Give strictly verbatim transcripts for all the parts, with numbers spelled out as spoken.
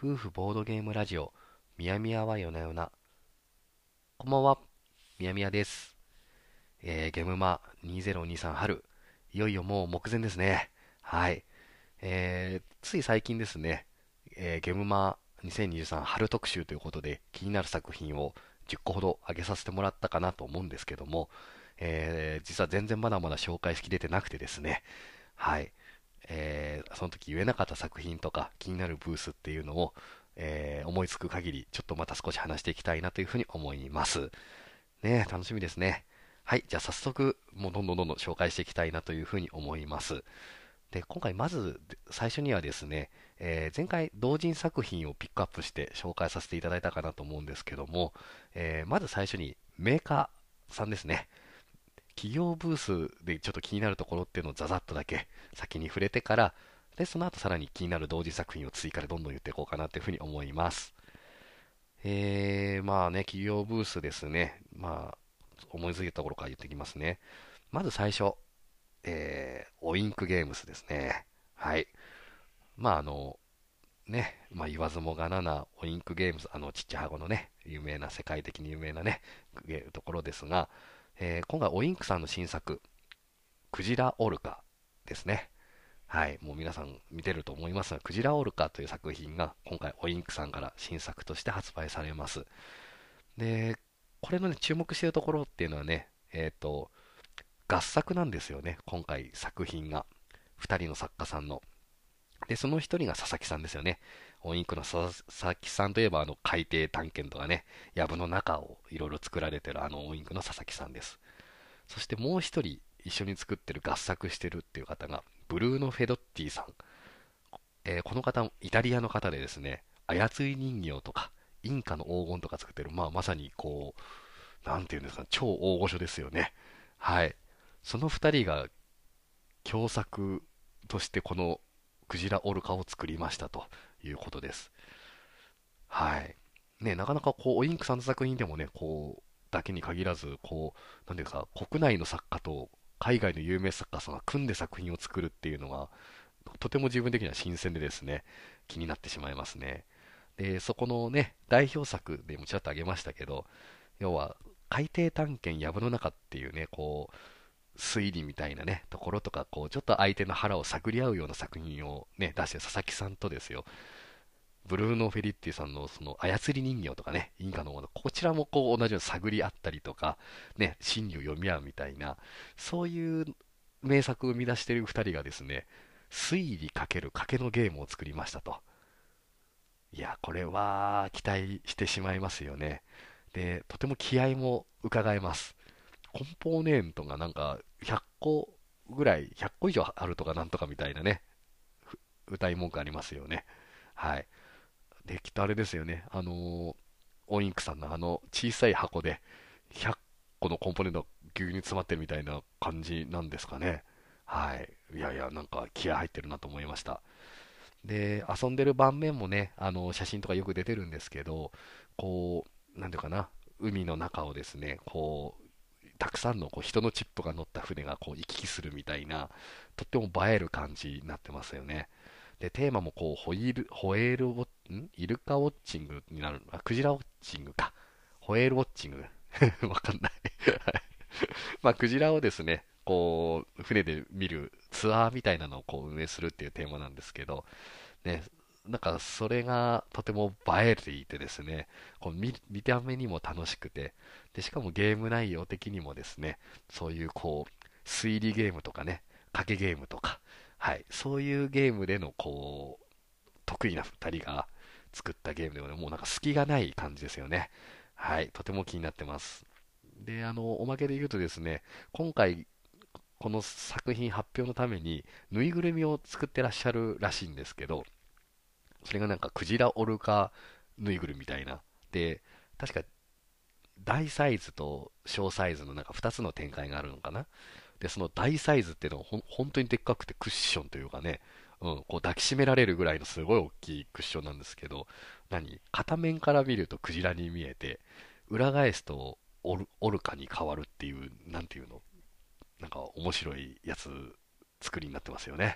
夫婦ボードゲームラジオ、みやみやは夜な夜な。こんばんは、みやみやです。えー、ゲームマにせんにじゅうさん春、いよいよもう目前ですね。はい。えー、つい最近ですね、えー、ゲームマにせんにじゅうさん春特集ということで、気になる作品をじゅっこほど上げさせてもらったかなと思うんですけども、えー、実は全然まだまだ紹介しきれてなくてですね、はい。えーその時言えなかった作品とか気になるブースっていうのを、えー思いつく限りちょっとまた少し話していきたいなというふうに思います。ねえ、楽しみですね。はい、じゃあ早速もうどんどんどんどん紹介していきたいなというふうに思います。で、今回まず最初にはですね、えー前回同人作品をピックアップして紹介させていただいたかなと思うんですけども、えーまず最初にメーカーさんですね。企業ブースでちょっと気になるところっていうのをざざっとだけ先に触れてから、で、その後さらに気になる同時作品を追加でどんどん言っていこうかなというふうに思います。えー、まあね、企業ブースですね。まあ、思いついたところから言っていきますね。まず最初、えー、オインクゲームスですね。はい。まああの、ね、まあ言わずもがななオインクゲームズ、あのちっちゃい箱のね、有名な、世界的に有名なね、ゲところですが、えー今回オインクさんの新作、クジラオルカですね。はい、もう皆さん見てると思いますが、クジラオルカという作品が今回オインクさんから新作として発売されます。で、これのね、注目しているところっていうのはね、えっと、合作なんですよね、今回作品が。ふたりの作家さんの。で、そのひとりが佐々木さんですよね。オインクの佐々木さんといえば、あの、海底探検とかね、藪の中をいろいろ作られてるあのオインクの佐々木さんです。そしてもう一人一緒に作ってる、合作してるっていう方が、ブルーノ・フェドッティさん。えーこの方、イタリアの方でですね、操り人形とか、インカの黄金とか作ってる、まあ、まさにこう、なんていうんですか、超大御所ですよね。はい。その二人が共作としてこのクジラオルカを作りましたということです。はい。ね、なかなかこう、オインクさんの作品でもね、こう、だけに限らず、こう、なんていうか、国内の作家と海外の有名作家さんが組んで作品を作るっていうのが、とても自分的には新鮮でですね、気になってしまいますね。で、そこのね、代表作でもちらっと挙げましたけど、要は、海底探検藪の中っていうね、こう、推理みたいなね、ところとか、こう、ちょっと相手の腹を探り合うような作品をね、出して佐々木さんとですよ、ブルーノ・フェリッティさんのその操り人形とかね、インカのもの、こちらもこう同じように探り合ったりとか、ね、真理を読み合うみたいな、そういう名作を生み出しているふたりがですね、推理かける賭けのゲームを作りましたと。いや、これは期待してしまいますよね。で、とても気合も伺えます。コンポーネントがなんかひゃっこぐらい、ひゃっこ以上あるとかなんとかみたいなね、歌い文句ありますよね。はい。で、きっとあれですよね。あのーオインクさんのあの小さい箱でひゃっこのコンポーネントがぎゅうに詰まってるみたいな感じなんですかね。はい。いやいや、なんか気合入ってるなと思いました。で、遊んでる盤面もね、あの、写真とかよく出てるんですけど、こう、なんていうかな、海の中をですね、こう、たくさんのこう人のチップが乗った船がこう行き来するみたいな、とっても映える感じになってますよね。で、テーマもこう、ホイール、ホエールウォッ、んイルカウォッチングになる、あ、クジラウォッチングか。ホエールウォッチング。わかんない。まあ、クジラをですね、こう、船で見るツアーみたいなのをこう運営するっていうテーマなんですけど、ね、なんかそれがとても映えていてですね、こう見、見た目にも楽しくて、で、しかもゲーム内容的にもですね、そういうこう、推理ゲームとかね、賭けゲームとか、はい、そういうゲームでのこう、得意なふたりが作ったゲームでもね、もうなんか隙がない感じですよね。はい、とても気になってます。で、あの、おまけで言うとですね、今回、この作品発表のために、ぬいぐるみを作ってらっしゃるらしいんですけど、それがなんかクジラオルカぬいぐるみみたいな。で、確か大サイズと小サイズのなんかふたつの展開があるのかな。で、その大サイズっていうのはほん本当にでっかくてクッションというかね、うん、こう抱きしめられるぐらいのすごい大きいクッションなんですけど、何片面から見るとクジラに見えて、裏返すとオル、オルカに変わるっていう、なんていうの、なんか面白いやつ作りになってますよね。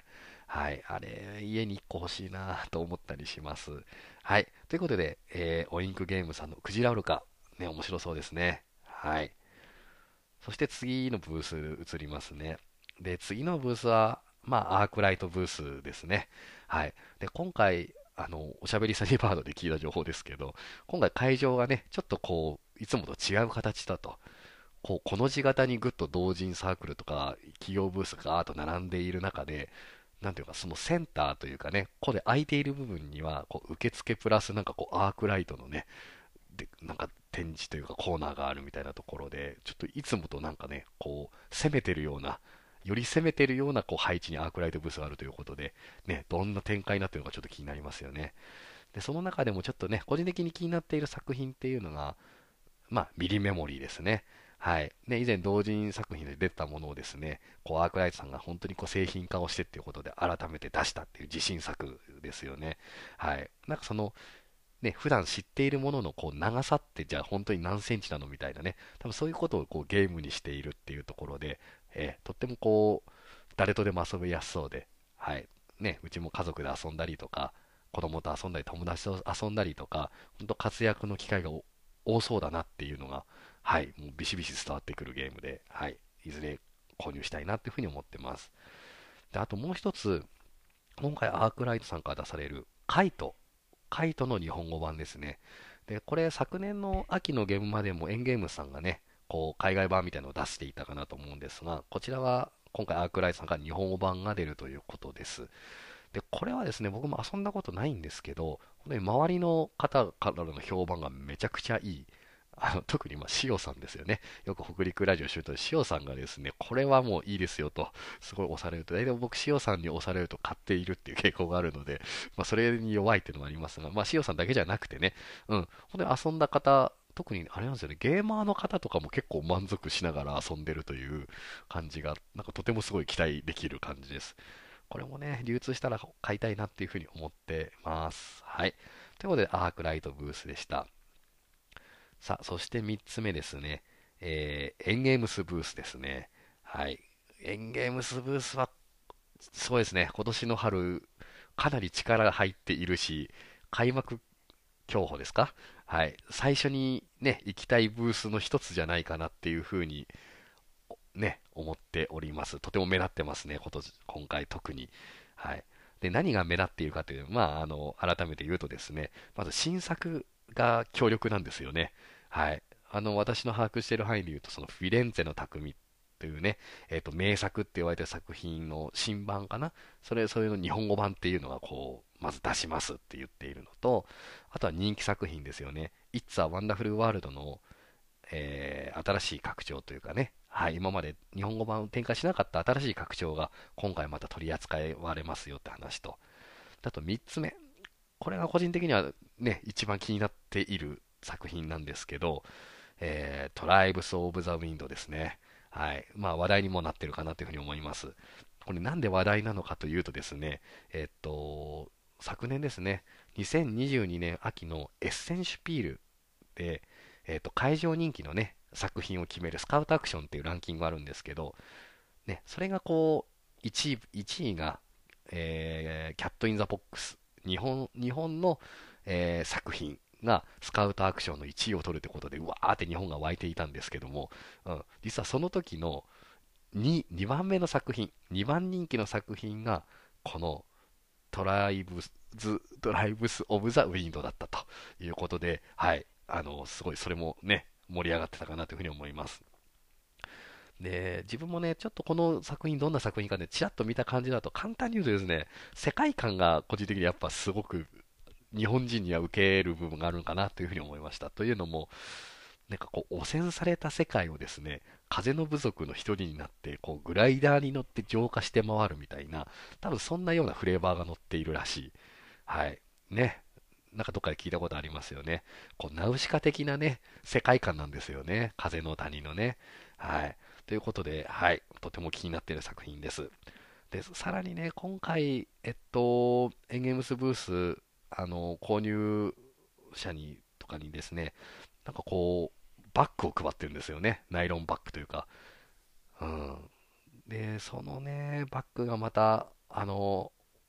はい。あれ、家にいっこ欲しいなと思ったりします。はい。ということで、えー、オインクゲームさんのクジラオルカ、ね、面白そうですね。はい。そして次のブース移りますね。で、次のブースは、まあ、アークライトブースですね。はい。で、今回、あの、おしゃべりサニーバードで聞いた情報ですけど、今回会場がね、ちょっとこう、いつもと違う形だと。こう、この字型にぐっと同人サークルとか、企業ブースがガーッと並んでいる中で、なんていうか、そのセンターというかね、ここで空いている部分には、こう、受付プラスなんかこう、アークライトのね、で、なんか展示というかコーナーがあるみたいなところで、ちょっといつもとなんかね、こう、攻めてるような、より攻めてるようなこう配置にアークライトブースがあるということで、ね、どんな展開になってるのかちょっと気になりますよね。で、その中でもちょっとね、個人的に気になっている作品っていうのが、まあ、ミリメモリーですね。はい。ね、以前同人作品で出たものをですね、こう、アークライトさんが本当にこう製品化をしてっていうことで改めて出したっていう自信作ですよね。はい。なんかその、ね、普段知っているもののこう長さってじゃあ本当に何センチなのみたいなね、多分そういうことをこうゲームにしているっていうところで、えーとってもこう、誰とでも遊びやすそうで、はい、ね、うちも家族で遊んだりとか、子供と遊んだり、友達と遊んだりとか、本当活躍の機会が多そうだなっていうのが、はい、もうビシビシ伝わってくるゲームで、はい、いずれ購入したいなっていうふうに思ってます。で、あともう一つ、今回アークライトさんから出されるカイトカイトの日本語版ですね。で、これ昨年の秋のゲームまでもエンゲームさんがね、こう海外版みたいなのを出していたかなと思うんですが、こちらは今回アークライトさんから日本語版が出るということです。で、これはですね、僕も遊んだことないんですけど、本当に周りの方からの評判がめちゃくちゃいい。あの、特にまあ、塩さんですよね。よく北陸ラジオシュートで塩さんがですね、これはもういいですよと、すごい押されると、大体僕塩さんに押されると買っているっていう傾向があるので、まあ、それに弱いっていうのもありますが、まあ、塩さんだけじゃなくてね、うん、本当に遊んだ方、特にあれなんですよね、ゲーマーの方とかも結構満足しながら遊んでるという感じが、なんかとてもすごい期待できる感じです。これもね、流通したら買いたいなっていうふうに思ってます。はい。ということで、アークライトブースでした。さあ、そしてみっつめですね。えー、エンゲームスブースですね。はい。エンゲームスブースは、そうですね、今年の春、かなり力が入っているし、開幕競歩ですか？はい。最初にね、行きたいブースの一つじゃないかなっていうふうにね、思っております。とても目立ってますね、今年、今回特に。はい。で、何が目立っているかという、まあ、あの、改めて言うとですね、まず新作が強力なんですよね。はい。あの、私の把握している範囲で言うと、そのフィレンツェの匠というね、えっと、名作って言われてる作品の新版かな。それ、それの日本語版っていうのが、こう、まず出しますって言っているのと、あとは人気作品ですよね。It's a Wonderful World のえー新しい拡張というかね、はい、今まで日本語版を展開しなかった新しい拡張が今回また取り扱われますよって話と、あとみっつめ、これが個人的にはね、一番気になっている作品なんですけど、えー、トライブス・オブ・ザ・ウィンドですね。はい。まあ話題にもなってるかなというふうに思います。これなんで話題なのかというとですね、えっと、昨年ですね、にせんにじゅうにねん秋のエッセンシュピールで、えっと、会場人気のね、作品を決めるスカウトアクションっていうランキングがあるんですけど、ね、それがこう、いちい、いちいが、えー、キャット・イン・ザ・ボックス。日本、日本の、えー作品がスカウトアクションのいちいを取るということで、うわーって日本が湧いていたんですけども、うん、実はその時のに、にばんめの作品、にばん人気の作品が、このトライブズ、トライブス・オブ・ザ・ウィンドだったということで、はい、あの、すごいそれもね、盛り上がってたかなというふうに思います。で、自分もね、ちょっとこの作品、どんな作品かね、ちらっと見た感じだと、簡単に言うとですね、世界観が個人的にやっぱすごく日本人には受ける部分があるのかなというふうに思いました。というのも、なんかこう、汚染された世界をですね、風の部族の一人になって、こう、グライダーに乗って浄化して回るみたいな、多分そんなようなフレーバーが乗っているらしい。はい。ね。なんかどっかで聞いたことありますよね。こう、ナウシカ的なね、世界観なんですよね。風の谷のね。はい。ということで、はい。とても気になっている作品です。で、さらにね、今回、えっと、エンゲームスブース、あの、購入者に、とかにですね、なんかこう、バッグを配ってるんですよね。ナイロンバッグというか。うん。で、そのね、バッグがまた、あの、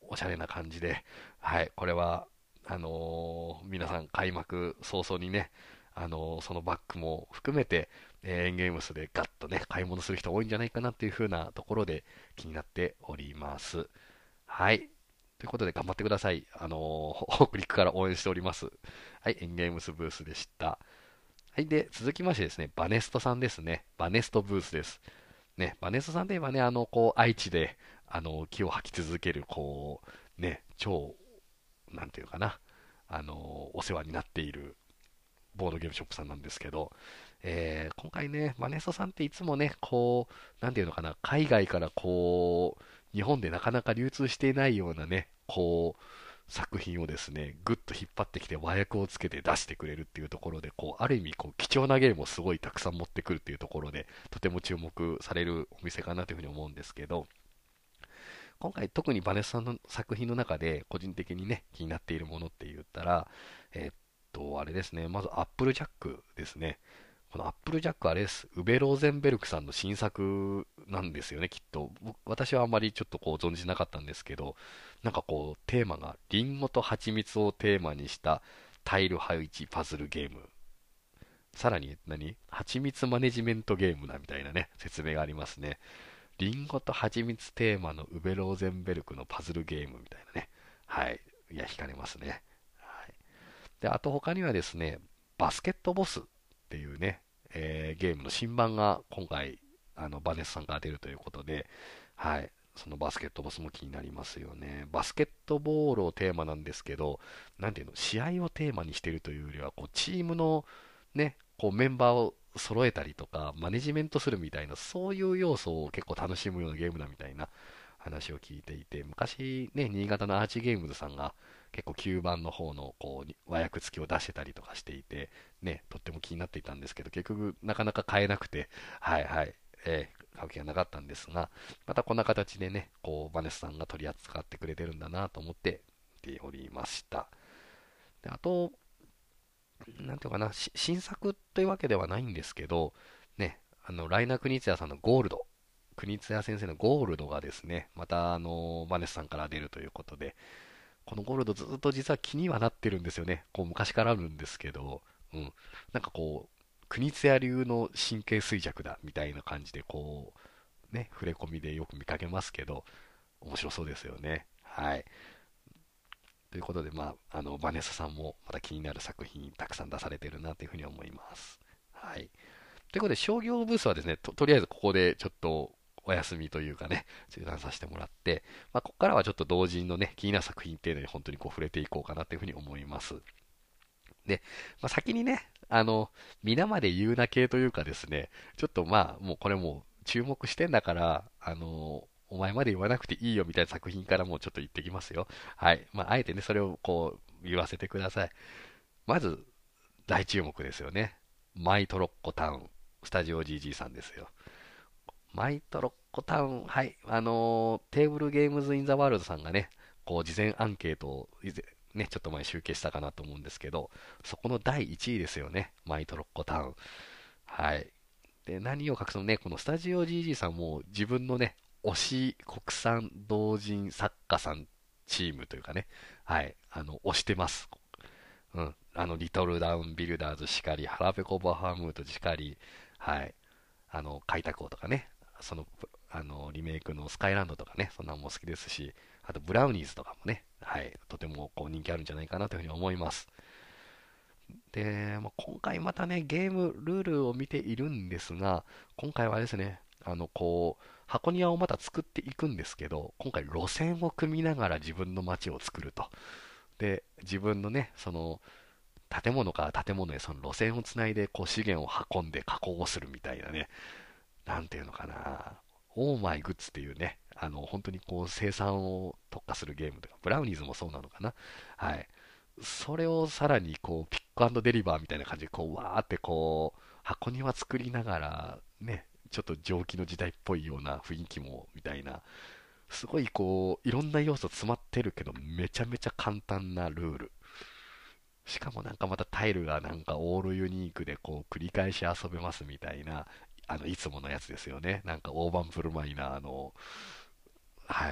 おしゃれな感じで、はい、これは、あのー皆さん開幕早々にね、あのーそのバッグも含めて、えーエンゲームスでガッとね、買い物する人多いんじゃないかなっていう風なところで気になっております。はい。ということで頑張ってください。あのー北陸から応援しております。はい、エンゲームスブースでした。はい、で、続きましてですね、バネストさんですね。バネストブースです。ね、バネストさんといえばね、あの、こう、愛知で、あの、木を吐き続ける、こう、ね、超、なんていうかな、あの、お世話になっているボードゲームショップさんなんですけど、えー今回ね、バネストさんっていつもね、こう、なんていうのかな、海外からこう、日本でなかなか流通していないようなね、こう、作品をですね、ぐっと引っ張ってきて和訳をつけて出してくれるっていうところで、こう、ある意味、こう、貴重なゲームをすごいたくさん持ってくるっていうところで、とても注目されるお店かなというふうに思うんですけど、今回特にバネスさんの作品の中で個人的にね、気になっているものって言ったら、えーっと、あれですね、まずアップルジャックですね。このアップルジャックあれです。ウベローゼンベルクさんの新作なんですよね、きっと。僕私はあまりちょっとこう存じなかったんですけど、なんかこうテーマがリンゴと蜂蜜をテーマにしたタイル配置パズルゲーム。さらに何蜂蜜マネジメントゲームだみたいなね、説明がありますね。リンゴと蜂蜜テーマのウベローゼンベルクのパズルゲームみたいなね。はい。いや、惹かれますね。はい。で、あと他にはですね、バスケットボスっていうね、えーゲームの新版が今回、あの、バネスさんから出るということで、はい。そのバスケットボスも気になりますよね。バスケットボールをテーマなんですけど、なんていうの、試合をテーマにしているというよりは、こう、チームのね、こうメンバーを揃えたりとか、マネジメントするみたいな、そういう要素を結構楽しむようなゲームだみたいな話を聞いていて、昔ね、新潟のアーチゲームズさんが結構きゅうばんの方のこう和訳付きを出してたりとかしていて、ね、とっても気になっていたんですけど、結局なかなか買えなくて、はいはい、えー買う気がなかったんですが、またこんな形でね、こう、バネスさんが取り扱ってくれてるんだなと思って見ておりました。で、あと、なんていうかな、し新作というわけではないんですけど、ね、あの、ライナー国津屋さんのゴールド、国津屋先生のゴールドがですね、また、あの、バネスさんから出るということで、このゴールドずっと実は気にはなってるんですよね。こう、昔からあるんですけど、うん。なんかこう、国津屋流の神経衰弱だ、みたいな感じで、こう、ね、触れ込みでよく見かけますけど、面白そうですよね。はい。ということで、まあ、あの、バネッサさんもまた気になる作品たくさん出されてるなというふうに思います。はい。ということで、商業ブースはですね、と、とりあえずここでちょっとお休みというかね、中断させてもらって、まあ、ここからはちょっと同人のね、気になる作品っていうのに本当にこう触れていこうかなというふうに思います。で、まあ、先にね、あの、皆まで言うな系というかですね、ちょっとまあ、もうこれもう注目してんだから、あの、お前まで言わなくていいよみたいな作品からもうちょっと言ってきますよ。はい。まあ、あえてね、それをこう、言わせてください。まず、大注目ですよね。マイトロッコタウン、スタジオ ジージー さんですよ。マイトロッコタウン、はい。あのーテーブルゲームズインザワールドさんがね、こう、事前アンケートを以前、ね、ちょっと前集計したかなと思うんですけど、そこのだいいちいですよね。マイトロッコタウン。はい。で、何を隠すのね、このスタジオ ジージー さんも自分のね、推し国産同人作家さんチームというかね、はい、あの、推してます。うん。あの、リトルダウンビルダーズしかり、腹ペコバハムートしかり、はい。あの、開拓王とかね、その、あの、リメイクのスカイランドとかね、そんなのも好きですし、あと、ブラウニーズとかもね、はい、とてもこう人気あるんじゃないかなというふうに思います。で、まあ、今回またね、ゲームルールを見ているんですが、今回はですね、あの、こう、箱庭をまた作っていくんですけど、今回路線を組みながら自分の街を作ると。で、自分のね、その、建物から建物へその路線をつないで、こう、資源を運んで加工をするみたいなね、なんていうのかな、オーマイグッズっていうね、あの、本当にこう、生産を特化するゲームとか、ブラウニーズもそうなのかな。はい。それをさらにこう、ピックデリバーみたいな感じで、こう、わーってこう、箱庭作りながら、ね、ちょっと蒸気の時代っぽいような雰囲気も、みたいな、すごいこう、いろんな要素詰まってるけど、めちゃめちゃ簡単なルール。しかもなんかまたタイルがなんかオールユニークでこう繰り返し遊べますみたいな、あの、いつものやつですよね。なんか大盤振る舞いな、あの、はい。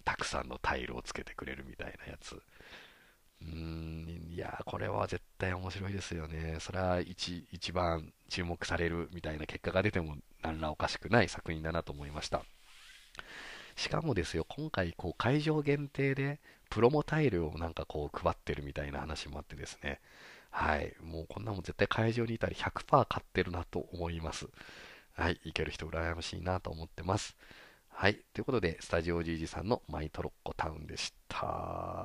たくさんのタイルをつけてくれるみたいなやつ。うーん、いやー、これは絶対面白いですよね。それは一、一番注目されるみたいな結果が出ても何らおかしくない作品だなと思いました。しかもですよ、今回こう会場限定でプロモタイルをなんかこう配ってるみたいな話もあってですね。はい。もうこんなもん絶対会場にいたらひゃくパーセント買ってるなと思います。はい。行ける人羨ましいなと思ってます。はい。ということで、スタジオ ジージー さんのマイトロッコタウンでした。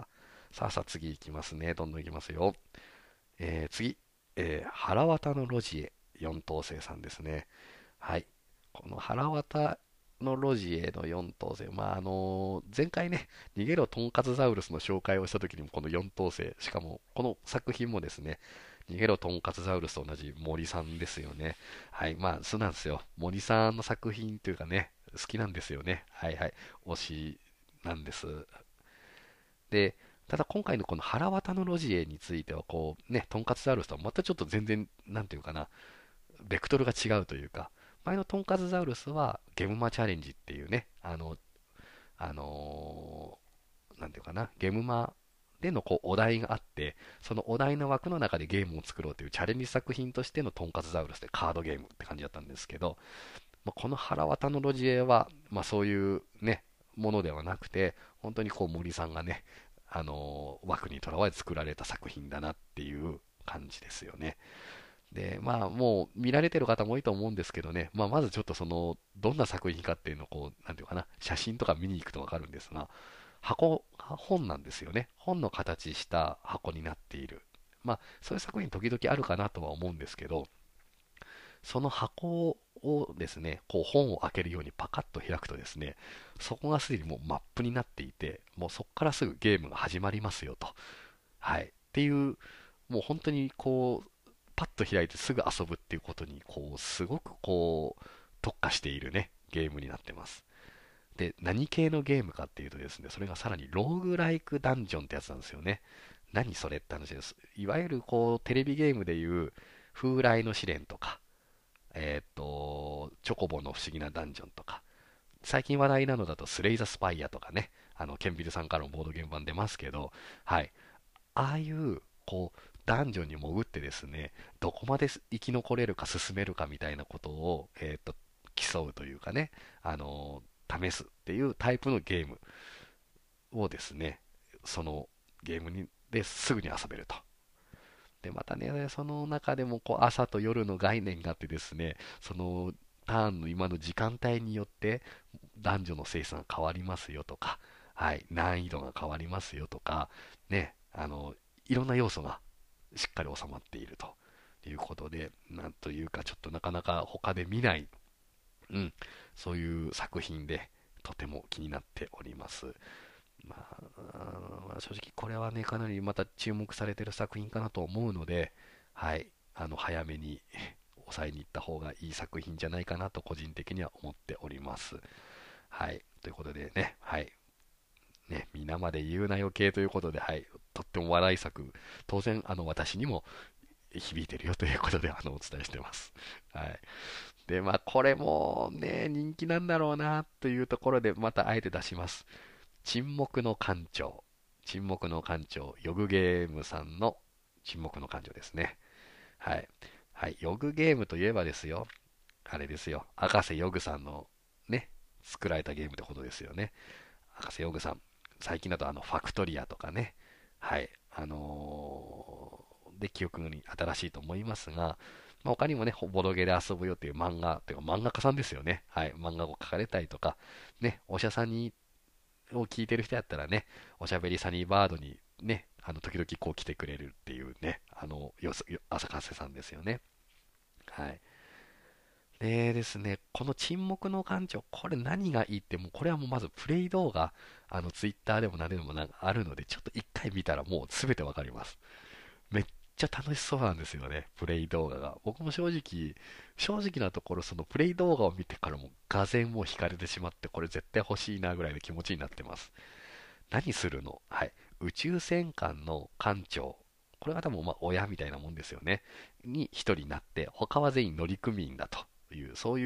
さあさあ次行きますね。どんどん行きますよ。えー次、えー、腹渡の路地へよん等星さんですね。はい。この腹渡の路地へのよん等星、まあ、あのー前回ね、逃げろトンカツザウルスの紹介をした時にもこのよん等星、しかもこの作品もですね、逃げろトンカツザウルスと同じ森さんですよね。はい、まあ、そうなんですよ。森さんの作品というかね、好きなんですよね。はいはい。推しなんです。で、ただ今回のこの腹渡の路地へについては、こうね、トンカツザウルスとはまたちょっと全然、なんていうかな、ベクトルが違うというか、前のトンカツザウルスはゲムマチャレンジっていうね、あの、あのーなんていうかな、ゲムマでのこうお題があって、そのお題の枠の中でゲームを作ろうというチャレンジ作品としてのトンカツザウルスでカードゲームって感じだったんですけど、まあ、この腹渡の路地絵は、まあ、そういうね、ものではなくて、本当にこう森さんがね、あのー枠にとらわれて作られた作品だなっていう感じですよね。で、まあ、もう見られてる方も多いと思うんですけどね、まあ、まずちょっとその、どんな作品かっていうのをこう、なんていうかな、写真とか見に行くとわかるんですが、箱、本なんですよね。本の形した箱になっている。まあ、そういう作品時々あるかなとは思うんですけど、その箱をですね、こう本を開けるようにパカッと開くとですね、そこがすでにもうマップになっていて、もうそこからすぐゲームが始まりますよと。はい。っていう、もう本当にこう、パッと開いてすぐ遊ぶっていうことに、こう、すごくこう、特化しているね、ゲームになってます。で、何系のゲームかっていうとですね、それがさらにローグライクダンジョンってやつなんですよね。何それって話です。いわゆるこう、テレビゲームでいう、風来の試練とか、えっと、チョコボの不思議なダンジョンとか、最近話題なのだとスレイザスパイアとかね、あの、ケンビルさんからのボードゲーム版出ますけど、はい。ああいう、こう、ダンジョンに潜ってですね、どこまで生き残れるか進めるかみたいなことを、えっと、競うというかね、あの試すっていうタイプのゲームをですね、そのゲームにですぐに遊べると。で、またね、その中でもこう朝と夜の概念があってですね、そのターンの今の時間帯によって男女の性質が変わりますよとか、はい、難易度が変わりますよとか、ね、あの、いろんな要素がしっかり収まっているということで、なんというかちょっとなかなか他で見ない、うん、そういう作品でとても気になっております。まあ、正直これはね、かなりまた注目されてる作品かなと思うので、はい、あの、早めに抑えに行った方がいい作品じゃないかなと個人的には思っております。はい、ということでね、はい、ね、皆まで言うなよ系ということで、はい、とっても話題作、当然、あの、私にも響いてるよということで、あの、お伝えしてます。はい。で、まあ、これもね、人気なんだろうな、というところで、またあえて出します。沈黙の艦長。沈黙の艦長。ヨグゲームさんの沈黙の艦長ですね。はい。はい。ヨグゲームといえばですよ。あれですよ。赤瀬ヨグさんのね、作られたゲームってことですよね。赤瀬ヨグさん。最近だとあの、ファクトリアとかね。はい。あのーで、記憶に新しいと思いますが、まあ、他にもね、ボドゲで遊ぶよっていう漫画、ていうか漫画家さんですよね。はい。漫画を描かれたりとか、ね、お医者さんにを聞いてる人やったらね、おしゃべりサニーバードにね、あの、時々こう来てくれるっていうね、あの、よそ、よ浅香瀬さんですよね。はい。でですね、この沈黙の艦長、これ何がいいって、もうこれはもうまずプレイ動画、あの、ツイッターでも何でもなんかあるので、ちょっと一回見たらもう全てわかります。めっちゃ楽しそうなんですよね、プレイ動画が。僕も正直、正直なところ、そのプレイ動画を見てからも、がぜんもう惹かれてしまって、これ絶対欲しいなぐらいの気持ちになってます。何するの、はい。宇宙戦艦の艦長。これが多分まあ親みたいなもんですよね。に一人になって、他は全員乗組員だという、そういう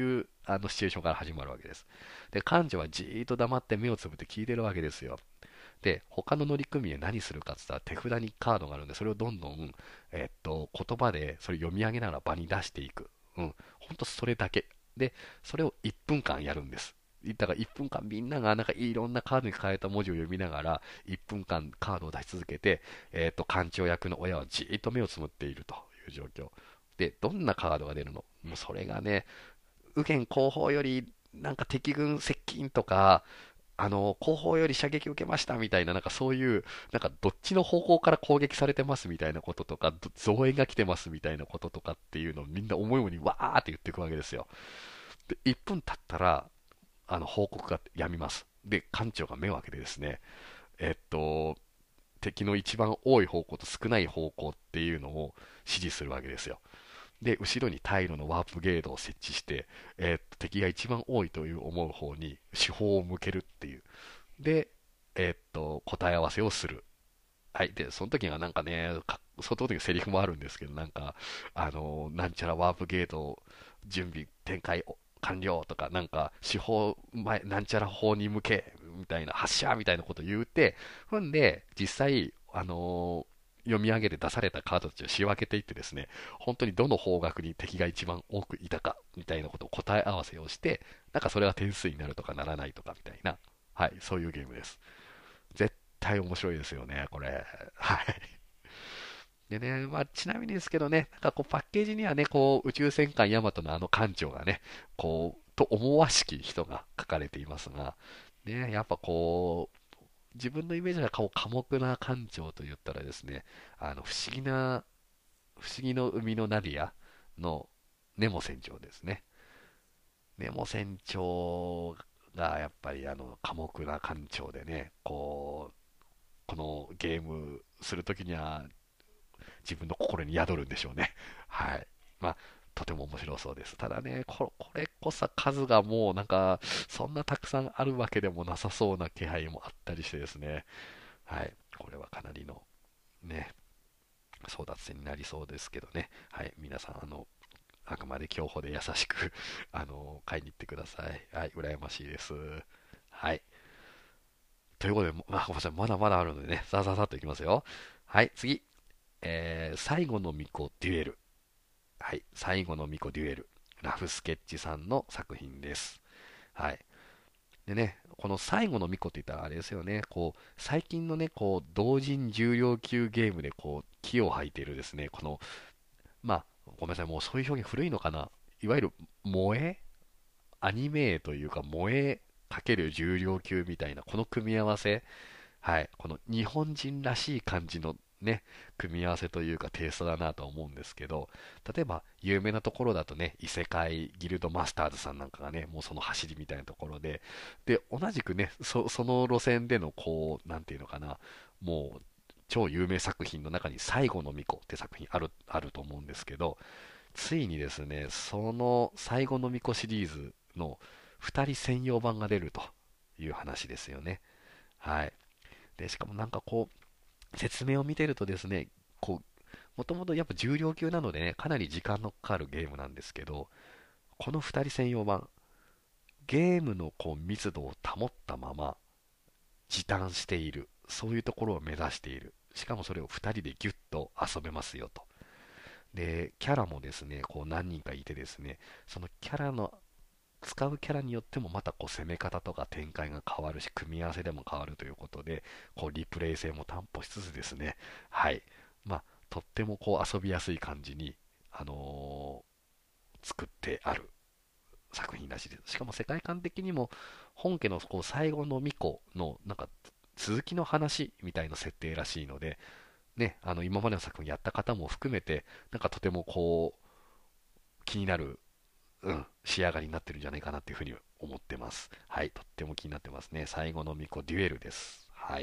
あのシチュエーションから始まるわけです。で、幹事はじーっと黙って目をつぶって聞いてるわけですよ。で、他の乗組員何するかって言ったら手札にカードがあるんで、それをどんどん、えっと、言葉でそれ読み上げながら場に出していく。うん。ほんとそれだけ。で、それをいっぷんかんやるんです。だからいっぷんかんみんながなんかいろんなカードに書かれた文字を読みながらいっぷんかんカードを出し続けて、えっと、館長役の親はじーっと目をつむっているという状況。で、どんなカードが出るのもうそれがね、右辺後方よりなんか敵軍接近とか、あの、後方より射撃を受けましたみたいな、なんかそういう、なんかどっちの方向から攻撃されてますみたいなこととか、ど増援が来てますみたいなこととかっていうのをみんな思うようにわーって言っていくわけですよ。で、いっぷん経ったら、あの、報告がやみます。で、艦長が目を開けてですね、えっと、敵の一番多い方向と少ない方向っていうのを指示するわけですよ。で、後ろに退路のワープゲートを設置して、えーっと、敵が一番多いという思う方に手法を向けるっていう。で、えーっと、答え合わせをする。はい。で、その時がなんかね、かその時のセリフもあるんですけど、なんか、あのーなんちゃらワープゲート準備展開完了とか、なんか、手法前、なんちゃら法に向け、みたいな、発射みたいなことを言うて、ほんで、実際、あのー読み上げて出されたカードたちを仕分けていってですね、本当にどの方角に敵が一番多くいたか、みたいなことを答え合わせをして、なんかそれは点数になるとかならないとかみたいな、はい、そういうゲームです。絶対面白いですよね、これ。はい。でね、まあ、ちなみにですけどね、なんかこうパッケージにはね、こう宇宙戦艦ヤマトのあの艦長がね、こう、と思わしき人が書かれていますが、ね、やっぱこう、自分のイメージはこう寡黙な艦長と言ったらですね、あの不思議な、不思議の海のナディアのネモ船長ですね。ネモ船長がやっぱりあの寡黙な艦長でね、こう、このゲームするときには自分の心に宿るんでしょうね。はい。まあ、とても面白そうです。ただね、ここれこそ数がもうなんか、そんなたくさんあるわけでもなさそうな気配もあったりしてですね。はい。これはかなりのね、争奪戦になりそうですけどね。はい。皆さん、あの、あくまで競歩で優しくあの、買いに行ってください。はい。羨ましいです。はい。ということで、まあ、ごめんなさい。まだまだあるのでね、さあさあさっといきますよ。はい。次。えー、最後の巫女デュエル。はい、最後の巫女デュエル。ラフスケッチさんの作品です。はい。でね、この最後の巫女って言ったらあれですよね、こう、最近のね、こう、同人重量級ゲームでこう、木を吐いているですね、この、まあ、ごめんなさい、もうそういう表現古いのかな。いわゆる、萌えアニメというか、萌えかける重量級みたいな、この組み合わせ、はい、この日本人らしい感じのね、組み合わせというかテイストだなと思うんですけど、例えば有名なところだとね、異世界ギルドマスターズさんなんかがね、もうその走りみたいなところで、で、同じくね、そ、その路線でのこう、なんていうのかな、もう超有名作品の中に最後の巫女って作品ある、あると思うんですけど、ついにですね、その最後の巫女シリーズのふたり専用版が出るという話ですよね。はい。で、しかもなんかこう、説明を見てるとですね、こう、もともとやっぱ重量級なのでね、かなり時間のかかるゲームなんですけど、このふたり専用版、ゲームのこう密度を保ったまま時短している。そういうところを目指している。しかもそれをふたりでギュッと遊べますよと。で、キャラもですね、こう何人かいてですね、そのキャラの使うキャラによってもまたこう攻め方とか展開が変わるし、組み合わせでも変わるということで、こうリプレイ性も担保しつつですね、はい。まあ、とってもこう遊びやすい感じに、あのー作ってある作品らしいです。しかも世界観的にも本家のこう最後の巫女のなんか続きの話みたいな設定らしいので、ね、あの今までの作品やった方も含めて、なんかとてもこう気になる、うん、仕上がりになってるんじゃないかなっていうふうに思ってます。はい、とっても気になってますね。最後の巫女デュエルです。はい。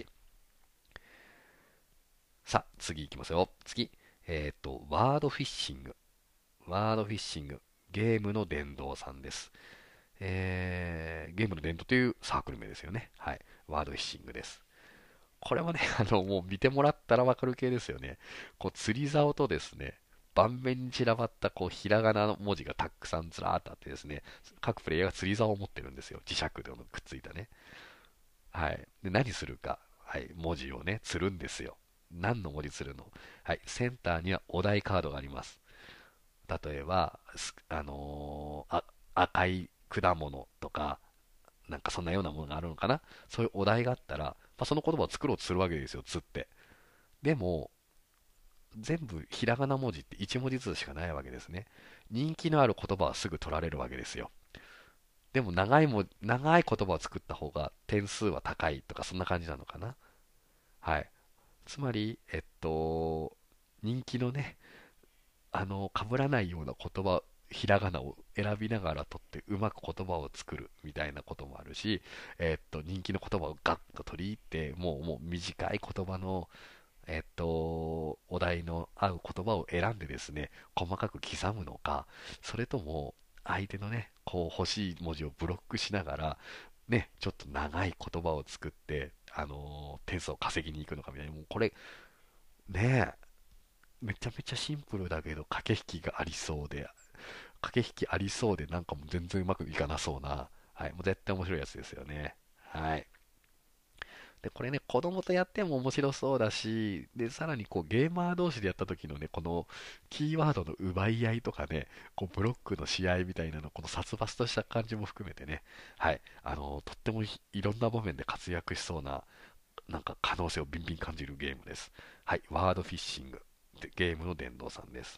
さあ、次いきますよ。次。えっと、ワードフィッシング。ワードフィッシング。ゲームの殿堂さんです。えー、ゲームの伝統というサークル名ですよね。はい。ワードフィッシングです。これもね、あの、もう見てもらったらわかる系ですよね。こう、釣り竿とですね、 盤面に散らばったこうひらがなの文字がたくさんずらーっとあってですね、各プレイヤーが釣り竿を持ってるんですよ。磁石でくっついたね。はい。で、何するか。はい。文字をね、釣るんですよ。何の文字釣るの？はい。センターにはお題カードがあります。例えば、すあのーあ、赤い果物とか、なんかそんなようなものがあるのかな。そういうお題があったら、まあ、その言葉を作ろうとするわけですよ、釣って。でも、全部ひらがな文字っていち文字ずつしかないわけですね。人気のある言葉はすぐ取られるわけですよ。でも長いも、長い言葉を作った方が点数は高いとかそんな感じなのかな。はい。つまり、えっと、人気のね、あの、被らないような言葉、ひらがなを選びながら取ってうまく言葉を作るみたいなこともあるし、えっと、人気の言葉をガッと取り入って、もう、もう短い言葉の、えっと、お題の合う言葉を選んでですね、細かく刻むのか、それとも、相手のね、こう欲しい文字をブロックしながら、ね、ちょっと長い言葉を作って、あのー点数を稼ぎに行くのかみたいな、もうこれ、ねえ、めちゃめちゃシンプルだけど、駆け引きがありそうで、駆け引きありそうで、なんかもう全然うまくいかなそうな、はい、もう絶対面白いやつですよね。はい。で、これね、子供とやっても面白そうだし、で、さらにこうゲーマー同士でやった時のね、このキーワードの奪い合いとかね、こうブロックの試合みたいなの、この殺伐とした感じも含めてね、はい、あの、とってもいいろんな場面で活躍しそうな、なんか可能性をビンビン感じるゲームです。はい、ワードフィッシング。でゲームの殿堂さんです。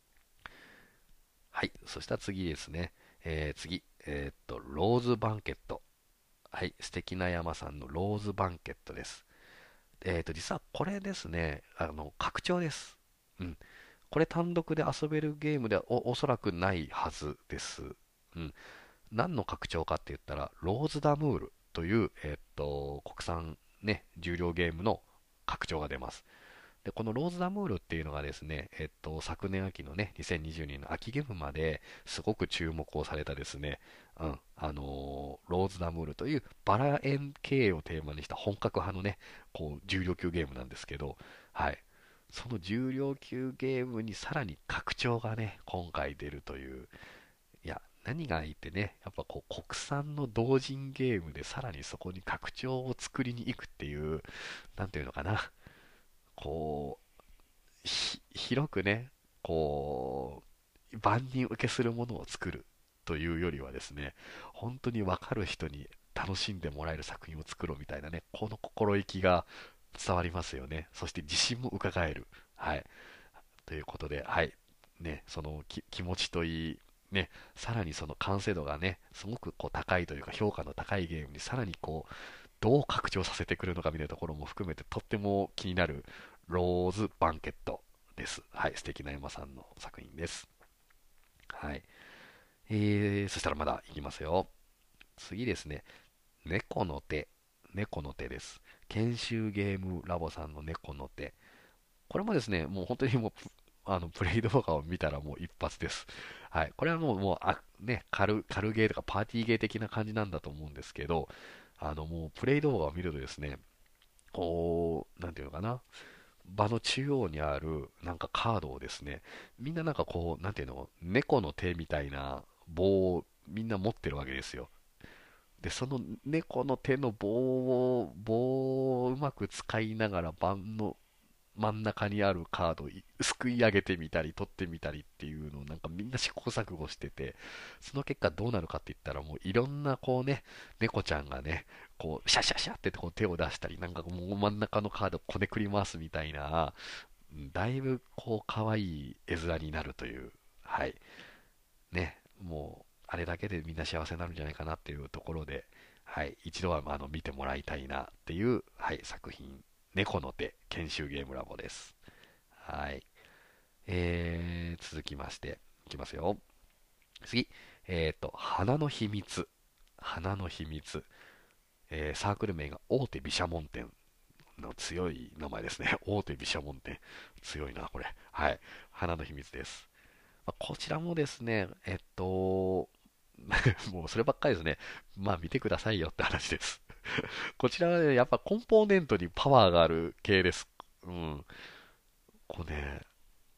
はい、そしたら次ですね。えー次、えーっと、ローズバンケット。はい、素敵な山さんのローズバンケットです。えっと、実はこれですね、あの、拡張です。うん。これ単独で遊べるゲームではお、おそらくないはずです。うん。何の拡張かって言ったら、ローズダムールという、えっと、国産ね、重量ゲームの拡張が出ます。で、このローズダムールっていうのがですね、えっと、昨年秋のね、にせんにじゅうねんの秋ゲームまですごく注目をされたですね、うん、あのーローズダムールというバラエン経営をテーマにした本格派のね、こう、重量級ゲームなんですけど、はい。その重量級ゲームにさらに拡張がね、今回出るという、いや、何がいいってね、やっぱこう、国産の同人ゲームでさらにそこに拡張を作りに行くっていう、なんていうのかな、こう、ひ広くね、こう、万人受けするものを作るというよりはですね、本当に分かる人に楽しんでもらえる作品を作ろうみたいなね、この心意気が伝わりますよね。そして自信も伺える。はい。ということで、はい。ね、そのき気持ちといい、ね、さらにその完成度がね、すごくこう高いというか評価の高いゲームにさらにこう、どう拡張させてくるのかみたいなところも含めてとっても気になるローズバンケットです。はい、素敵な山さんの作品です。はい。えー、そしたらまだいきますよ。次ですね。猫の手。猫の手です。研修ゲームラボさんの猫の手。これもですね、もう本当にもう、あの、プレイ動画を見たらもう一発です。はい。これはもう、もう、あ、ね、軽、軽ゲーとかパーティーゲー的な感じなんだと思うんですけど、あの、もう、プレイ動画を見るとですね、こう、なんていうのかな、場の中央にあるなんかカードをですね、みんななんかこう、なんていうの、猫の手みたいな棒をみんな持ってるわけですよ。で、その猫の手の棒を、棒をうまく使いながら盤の真ん中にあるカードをすくい上げてみたり取ってみたりっていうのをなんかみんな試行錯誤してて、その結果どうなるかって言ったらもういろんなこうね、猫ちゃんがね、こうシャシャシャってこう手を出したり、なんかもう真ん中のカードこねくり回すみたいな、だいぶこう可愛い絵面になるという、はい、ね、もうあれだけでみんな幸せになるんじゃないかなっていうところで、はい、一度はあの見てもらいたいなっていう、はい、作品、猫の手研修ゲームラボです。はい。えー、続きまして、いきますよ。次、えっと、花の秘密。花の秘密。えーサークル名が大手毘沙門天の強い名前ですね。大手毘沙門天。強いな、これ。はい。花の秘密です。まあこちらもですね、えっと、もうそればっかりですね。まあ見てくださいよって話です。こちらはね、やっぱコンポーネントにパワーがある系です。うん。こうね、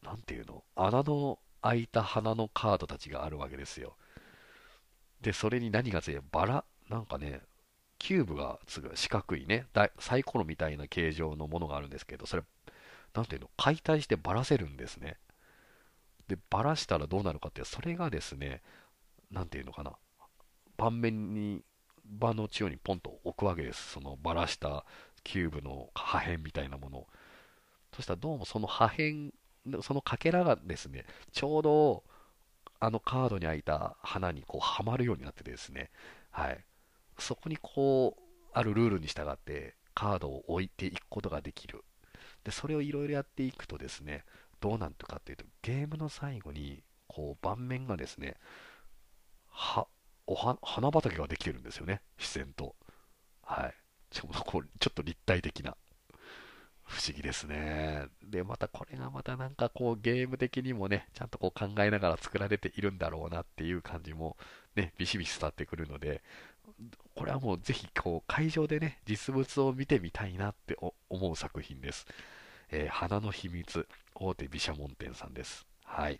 なんていうの、穴の開いた花のカードたちがあるわけですよ。で、それに何がついて、バラ、なんかね、キューブがつく四角いね、だサイコロみたいな形状のものがあるんですけど、それ、なんていうの、解体してばらせるんですね。で、ばらしたらどうなるかって、それがですね、なんていうのかな、盤面に、場の中央にポンと置くわけです。そのばらしたキューブの破片みたいなものを。そしたらどうもその破片、そのかけらがですね、ちょうどあのカードに開いた花にこうはまるようになっててですね、はい。そこにこう、あるルールに従ってカードを置いていくことができる。で、それをいろいろやっていくとですね、どうなるかっていうと、ゲームの最後に、こう、盤面がですね、は、おは、花畑ができてるんですよね、自然と。はい。しかもこう、ちょっと立体的な。不思議ですね。で、またこれがまたなんかこうゲーム的にもね、ちゃんとこう考えながら作られているんだろうなっていう感じもね、ビシビシ伝わってくるので、これはもうぜひこう会場でね、実物を見てみたいなって思う作品です。えー花の秘密、大手毘沙門天さんです。はい。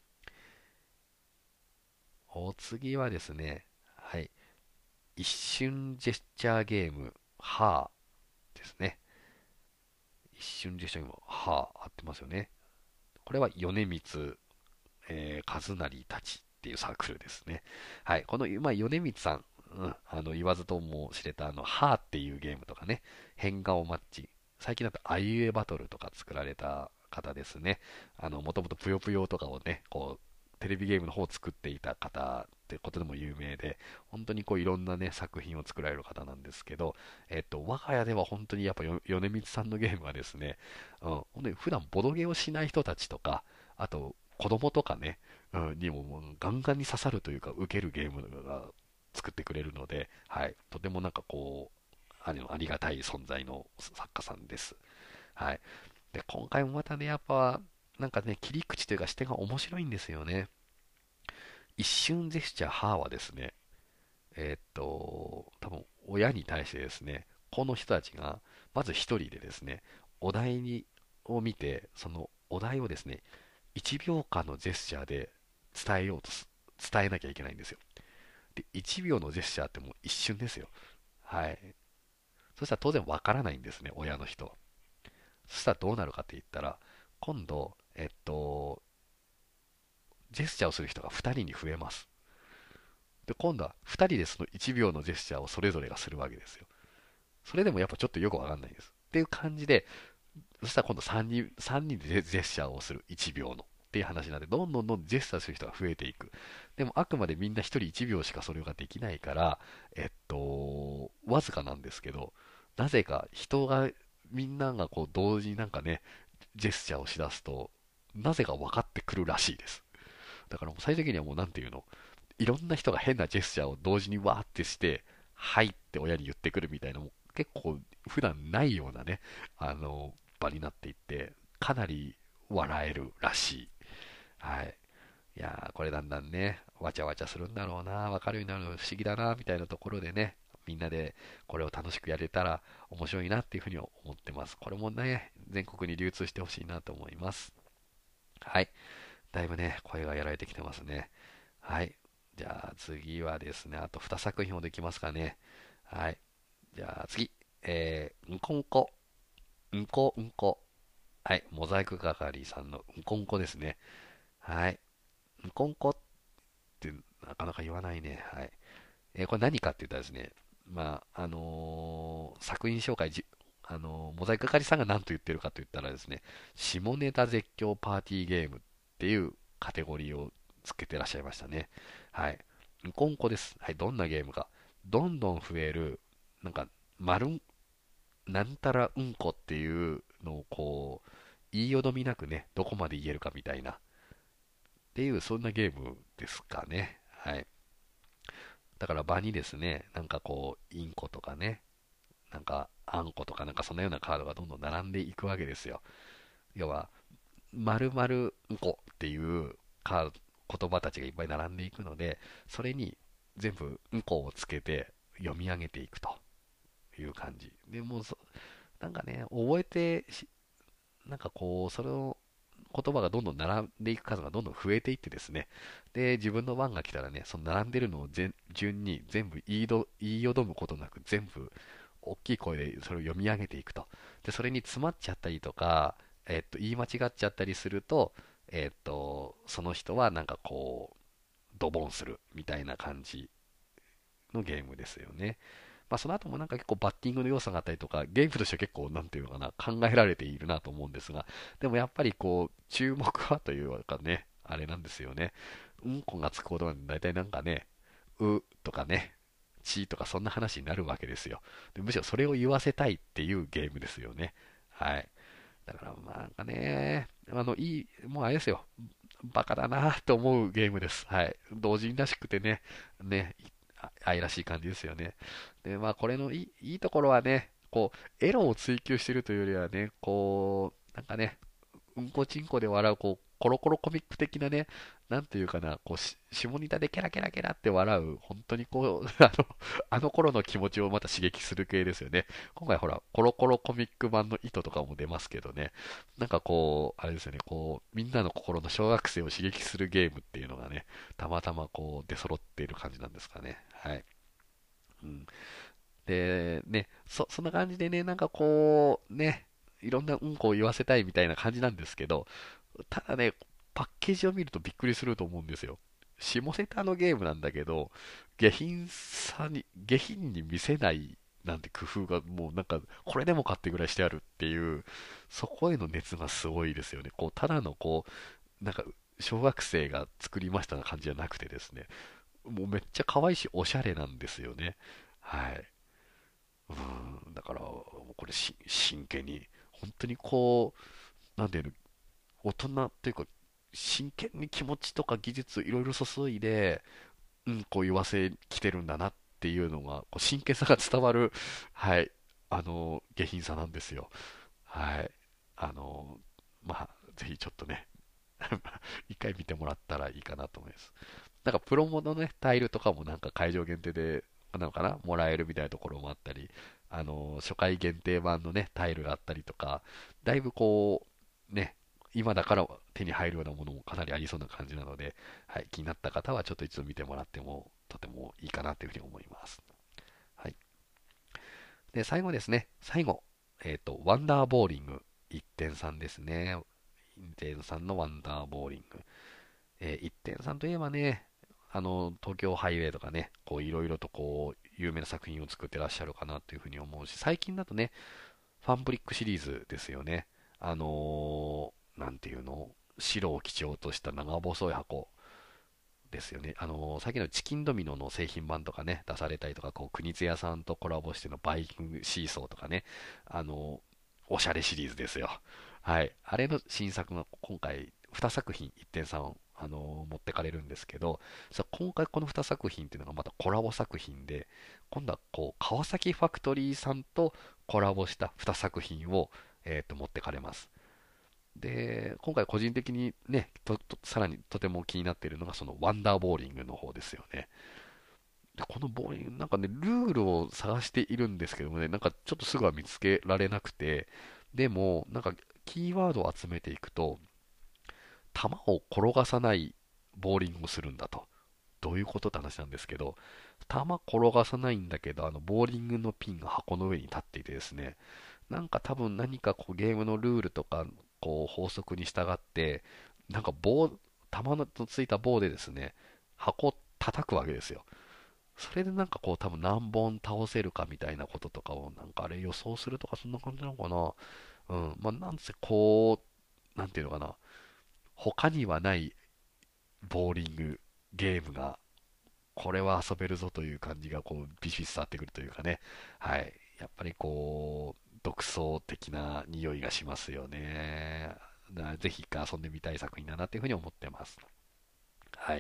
お次はですね、はい。一瞬ジェスチャーゲーム、ハーですね。一瞬ジェスチャーゲーム、ハー、合ってますよね。これは米光、えー、和成たちっていうサークルですね。はい。この、まあ、米光さん、うん、あの、言わずとも知れた、あの、ハーっていうゲームとかね、変顔マッチ、最近だとあいうえバトルとか作られた方ですね。あの、もともとぷよぷよとかをね、こう、テレビゲームの方を作っていた方ってことでも有名で、本当にこういろんなね、作品を作られる方なんですけど、えっと、我が家では本当にやっぱよ米光さんのゲームはですね、うん、本当に普段ボドゲをしない人たちとか、あと子供とかね、うん、にももうガンガンに刺さるというか、受けるゲームが作ってくれるので、はい、とてもなんかこう、あの、ありがたい存在の作家さんです。はい。で、今回もまたね、やっぱ、なんかね、切り口というか視点が面白いんですよね。一瞬ジェスチャー、ハーはですね、えーっと、多分親に対してですね、この人たちが、まず一人でですね、お題にを見て、そのお題をですね、いちびょうかんのジェスチャーで伝えようとす、伝えなきゃいけないんですよ。で、いちびょうのジェスチャーってもう一瞬ですよ。はい。そしたら当然わからないんですね、親の人は。そしたらどうなるかって言ったら、今度、えっと、ジェスチャーをする人がふたりに増えます。で、今度はふたりでそのいちびょうのジェスチャーをそれぞれがするわけですよ。それでもやっぱちょっとよくわかんないです。っていう感じで、そしたら今度さんにん、さんにんでジェスチャーをするいちびょうのっていう話なんで、どんどんどんどんジェスチャーする人が増えていく。でもあくまでみんなひとりいちびょうしかそれができないから、えっと、わずかなんですけど、なぜか人が、みんながこう同時になんかね、ジェスチャーをしだすと、なぜか分かってくるらしいです。だからもう最終的にはもうなんていうの、いろんな人が変なジェスチャーを同時にわーってして、はいって親に言ってくるみたいな、もう結構普段ないようなね、あの、場になっていって、かなり笑えるらしい。はい。いやー、これだんだんね、わちゃわちゃするんだろうな、わかるようになるの不思議だな、みたいなところでね、みんなでこれを楽しくやれたら面白いなっていうふうに思ってます。これもね、全国に流通してほしいなと思います。はい。だいぶね、声がやられてきてますね。はい。じゃあ次はですね、あとにさく品ほどいきますかね。はい。じゃあ次。えー、んこんこ。んこんこ。はい。モザイク係さんのんこんこですね。はい。んこんこってなかなか言わないね。はい。えーこれ何かって言ったらですね、まあ、あのー作品紹介じ、あのーモザイク係さんが何と言ってるかと言ったらですね、下ネタ絶叫パーティーゲームっていうカテゴリーをつけてらっしゃいましたね。はい。んこんこです。はい。どんなゲームか。どんどん増える、なんか、まるん、なんたらうんこっていうのをこう、言いよどみなくね、どこまで言えるかみたいな、っていう、そんなゲームですかね。はい。だから場にですね、なんかこう、インコとかね、なんか、あんことかなんかそんなようなカードがどんどん並んでいくわけですよ。要は、〇〇んこっていうカード、言葉たちがいっぱい並んでいくので、それに全部んこをつけて読み上げていくという感じ。でもうそ、なんかね、覚えてし、なんかこう、それを言葉がどんどん並んでいく数がどんどん増えていってですね、で、自分の番が来たらね、その並んでるのを全順に全部言いど言いよどむことなく全部大きい声でそれを読み上げていくと。で、それに詰まっちゃったりとか、えっと、言い間違っちゃったりすると、えっと、その人はなんかこう、ドボンするみたいな感じのゲームですよね。まあ、その後もなんか結構バッティングの要素があったりとか、ゲームとしては結構、なんていうのかな、考えられているなと思うんですが、でもやっぱりこう、注目はというかね、あれなんですよね。うんこがつくことなんで、大体なんかね、うとかね、ちとかそんな話になるわけですよ。でむしろそれを言わせたいっていうゲームですよね。はい。だからまあなんかね、あの、いい、もうあれですよ。バカだなと思うゲームです。はい。同人らしくてね、ね、あ愛らしい感じですよね。で、まあこれのいい、いいところはね、こう、エロを追求してるというよりはね、こう、なんかね、うんこちんこで笑う、こう、コロコロコミック的なね、なんていうかな、こうし、下ネタでケラケラケラって笑う、本当にこう、あの、あの頃の気持ちをまた刺激する系ですよね。今回ほら、コロコロコミック版の糸とかも出ますけどね、なんかこう、あれですよね、こう、みんなの心の小学生を刺激するゲームっていうのがね、たまたまこう、出揃っている感じなんですかね。はい。うん。で、ね、そ、そんな感じでね、なんかこう、ね、いろんなうんこを言わせたいみたいな感じなんですけど、ただね、パッケージを見るとびっくりすると思うんですよ。下ネタのゲームなんだけど、下品さに、下品に見せないなんて工夫がもうなんか、これでもかってぐらいしてあるっていう、そこへの熱がすごいですよね。こう、ただのこう、なんか、小学生が作りましたな感じじゃなくてですね、もうめっちゃ可愛いし、おしゃれなんですよね。はい。うん、だから、これし真剣に、本当にこう、なんていうの、大人というか、真剣に気持ちとか技術いろいろ注いで、うん、こう言わせきてるんだなっていうのが、こう真剣さが伝わる、はい、あの、下品さなんですよ。はい。あの、まあ、ぜひちょっとね、一回見てもらったらいいかなと思います。なんかプロモのね、タイルとかもなんか会場限定で、なのかな、もらえるみたいなところもあったり、あの、初回限定版のね、タイルがあったりとか、だいぶこう、ね、今だから手に入るようなものもかなりありそうな感じなので、はい、気になった方はちょっと一度見てもらっても、とてもいいかなというふうに思います。はい。で、最後ですね、最後、えっと、ワンダーボーリングいってんさんですね。いってんさんのワンダーボーリング。えー、いってんさんといえばね、あの、東京ハイウェイとかね、こう、いろいろとこう、有名な作品を作ってらっしゃるかなというふうに思うし、最近だとね、ファンブリックシリーズですよね。あのーなんていうの、白を基調とした長細い箱ですよね。あのー最近のチキンドミノの製品版とかね、出されたりとか、こう、国津屋さんとコラボしてのバイキングシーソーとかね、あのーおしゃれシリーズですよ。はい。あれの新作が今回にさく品いってんさん、あのー持ってかれるんですけど、さ今回このにさく品っていうのがまたコラボ作品で、今度はこう、川崎ファクトリーさんとコラボしたにさく品を、えーと、持ってかれます。で、今回個人的にね、ととさらにとても気になっているのがそのワンダーボーリングの方ですよね。で、このボーリング、なんかね、ルールを探しているんですけどもね、なんかちょっとすぐは見つけられなくて、でも、なんかキーワードを集めていくと、球を転がさないボーリングをするんだと。どういうことって話なんですけど、球転がさないんだけど、あの、ボーリングのピンが箱の上に立っていてですね、なんか多分何かこうゲームのルールとか、こう法則に従って、なんか棒、球のついた棒でですね、箱を叩くわけですよ。それでなんかこう多分何本倒せるかみたいなこととかをなんかあれ予想するとかそんな感じなのかな。うん。まあなんせこう、なんていうのかな。他にはないボーリングゲームがこれは遊べるぞという感じがこうビシビシ伝わってくるというかね。はい。やっぱりこう、独創的な匂いがしますよね。だからぜひ一回遊んでみたい作品だなというふうに思ってます。はい。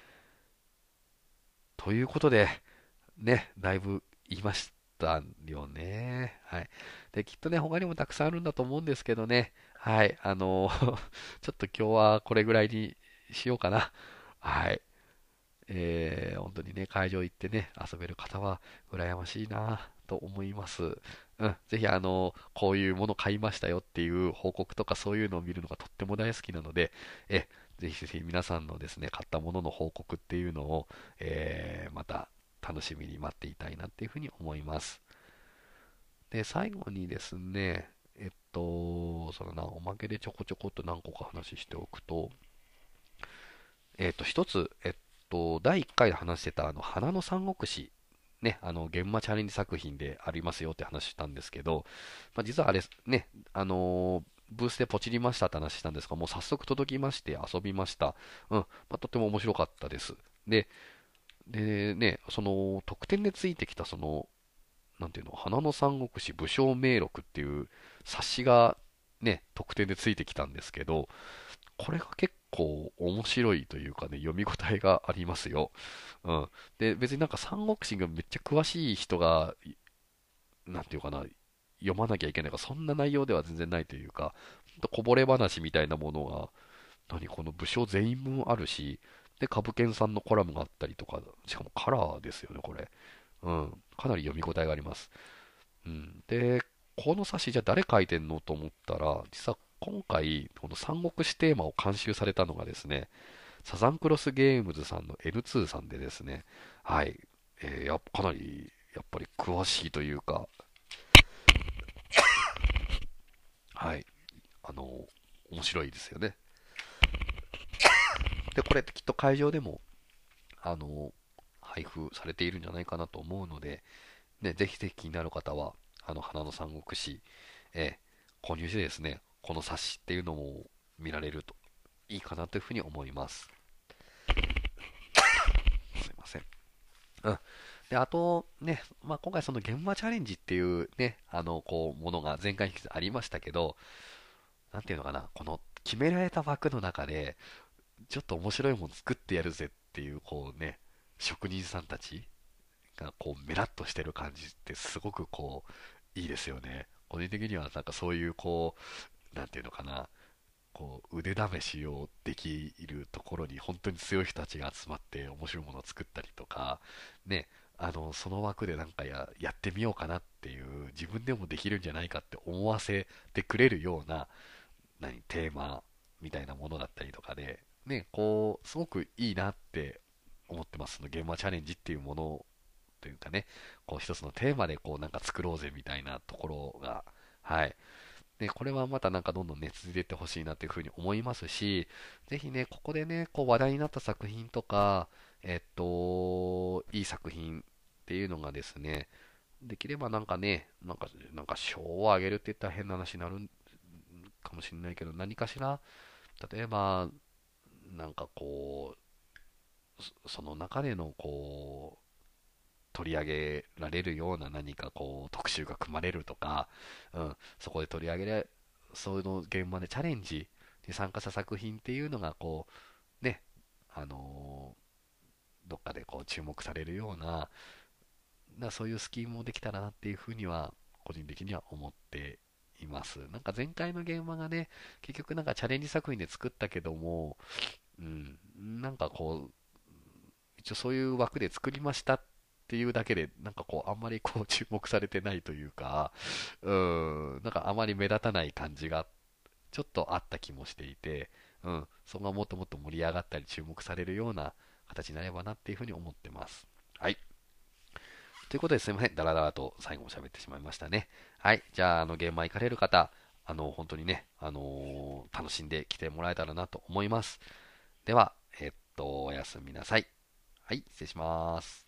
ということで、ね、だいぶ言いましたよね。はい。で、きっとね、他にもたくさんあるんだと思うんですけどね。はい。あのちょっと今日はこれぐらいにしようかな。はい。えー、本当にね、会場行ってね、遊べる方は羨ましいなと思います。 うん、ぜひあの、こういうもの買いましたよっていう報告とかそういうのを見るのがとっても大好きなので、え、ぜひぜひ皆さんのですね、買ったものの報告っていうのを、えーまた楽しみに待っていたいなっていうふうに思います。で、最後にですね、えっと、そのな、おまけでちょこちょこっと何個か話しておくと、えっと、一つ、えっと、だいいっかいで話してた、あの、花の三国志、ね、あの、現場チャレンジ作品でありますよって話したんですけど、まあ、実はあれ、ね、あのーブースでポチりましたって話したんですが、もう早速届きまして遊びました。うん、まあ、とっても面白かったです。で、でね、その、特典でついてきた、その、なんていうの、花の三国志武将名録っていう冊子がね、特典でついてきたんですけど、これが結構面白いというかね、読み応えがありますよ。うん。で、別になんか三国志がめっちゃ詳しい人が、いなんていうかな、読まなきゃいけないか、そんな内容では全然ないというか、ほんとこぼれ話みたいなものが、何この武将全員分あるし、で、株券さんのコラムがあったりとか、しかもカラーですよね、これ。うん。かなり読み応えがあります。うん。で、この冊子じゃ誰書いてんのと思ったら、実は今回、この三国志テーマを監修されたのがですね、サザンクロスゲームズさんの エヌツー さんでですね、はい、えーやっぱかなり、やっぱり詳しいというか、はい、あの、面白いですよね。で、これきっと会場でも、あの、配布されているんじゃないかなと思うので、ね、ぜひぜひ気になる方は、あの、花の三国志、えー購入してですね、この冊子っていうのも見られるといいかなというふうに思います。すいません。うん。で、あとね、まあ、今回その現場チャレンジっていうね、あの、こう、ものが前回にありましたけど、なんていうのかな、この決められた枠の中で、ちょっと面白いもの作ってやるぜっていう、こうね、職人さんたちがこう、メラッとしてる感じってすごくこう、いいですよね。個人的にはなんかそういうこう、なんていうのかな、こう腕試しをできるところに本当に強い人たちが集まって面白いものを作ったりとか、ね、あのその枠でなんかや、やってみようかなっていう、自分でもできるんじゃないかって思わせてくれるような何テーマみたいなものだったりとかで、ね、こうすごくいいなって思ってます。その現場チャレンジっていうものというかね、こう一つのテーマでこうなんか作ろうぜみたいなところが、はい、で、これはまたなんかどんどんね、続いていってほしいなというふうに思いますし、ぜひね、ここでね、こう話題になった作品とか、えっと、いい作品っていうのがですね、できればなんかね、なんか、なんか賞をあげるって言ったら変な話になるかもしれないけど、何かしら、例えば、なんかこう、そその中でのこう、取り上げられるような何かこう特集が組まれるとか、うん、そこで取り上げられ、その現場でチャレンジに参加した作品っていうのがこう、ね、あのーどっかでこう注目されるような、なそういうスキームもできたらなっていうふうには、個人的には思っています。なんか前回の現場がね、結局なんかチャレンジ作品で作ったけども、うん、なんかこう、一応そういう枠で作りましたっていうだけで、なんかこう、あんまりこう注目されてないというか、うーん、なんかあまり目立たない感じがちょっとあった気もしていて、うん、そこがもっともっと盛り上がったり注目されるような形になればなっていうふうに思ってます。はい。ということですいません。だらだらと最後も喋ってしまいましたね。はい。じゃあ、あの、現場行かれる方、あの、本当にね、あのー楽しんできてもらえたらなと思います。では、えっと、おやすみなさい。はい、失礼します。